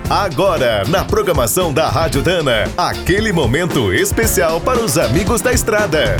Agora, na programação da Rádio Dana, aquele momento especial para os amigos da estrada.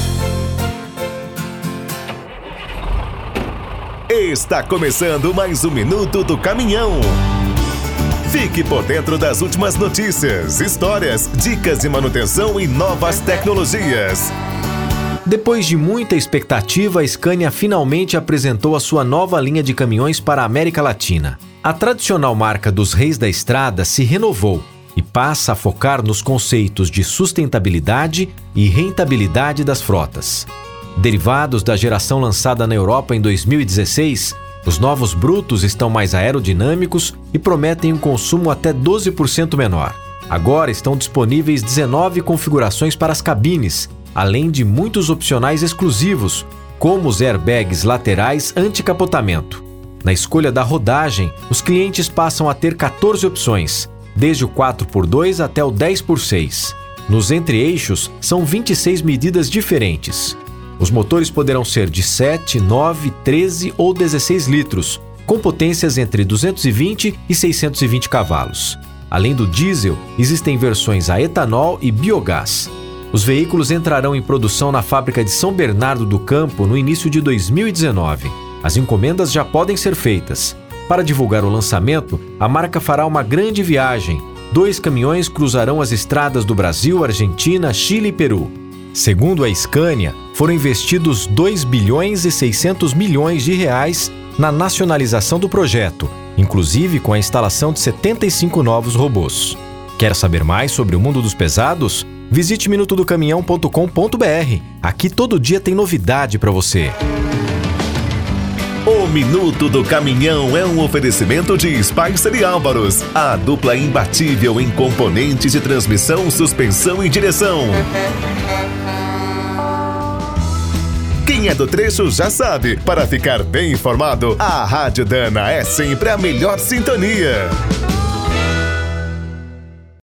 Está começando mais um Minuto do Caminhão. Fique por dentro das últimas notícias, histórias, dicas de manutenção e novas tecnologias. Depois de muita expectativa, a Scania finalmente apresentou a sua nova linha de caminhões para a América Latina. A tradicional marca dos reis da estrada se renovou e passa a focar nos conceitos de sustentabilidade e rentabilidade das frotas. Derivados da geração lançada na Europa em 2016, os novos brutos estão mais aerodinâmicos e prometem um consumo até 12% menor. Agora estão disponíveis 19 configurações para as cabines, além de muitos opcionais exclusivos, como os airbags laterais anti-capotamento. Na escolha da rodagem, os clientes passam a ter 14 opções, desde o 4x2 até o 10x6. Nos entre-eixos, são 26 medidas diferentes. Os motores poderão ser de 7, 9, 13 ou 16 litros, com potências entre 220 e 620 cavalos. Além do diesel, existem versões a etanol e biogás. Os veículos entrarão em produção na fábrica de São Bernardo do Campo no início de 2019. As encomendas já podem ser feitas. Para divulgar o lançamento, a marca fará uma grande viagem. 2 caminhões cruzarão as estradas do Brasil, Argentina, Chile e Peru. Segundo a Scania, foram investidos 2 bilhões e 600 milhões de reais na nacionalização do projeto, inclusive com a instalação de 75 novos robôs. Quer saber mais sobre o mundo dos pesados? Visite minutodocaminhão.com.br. Aqui todo dia tem novidade para você. O Minuto do Caminhão é um oferecimento de Spicer e Álvaros, a dupla imbatível em componentes de transmissão, suspensão e direção. Quem é do trecho já sabe, para ficar bem informado, a Rádio Dana é sempre a melhor sintonia.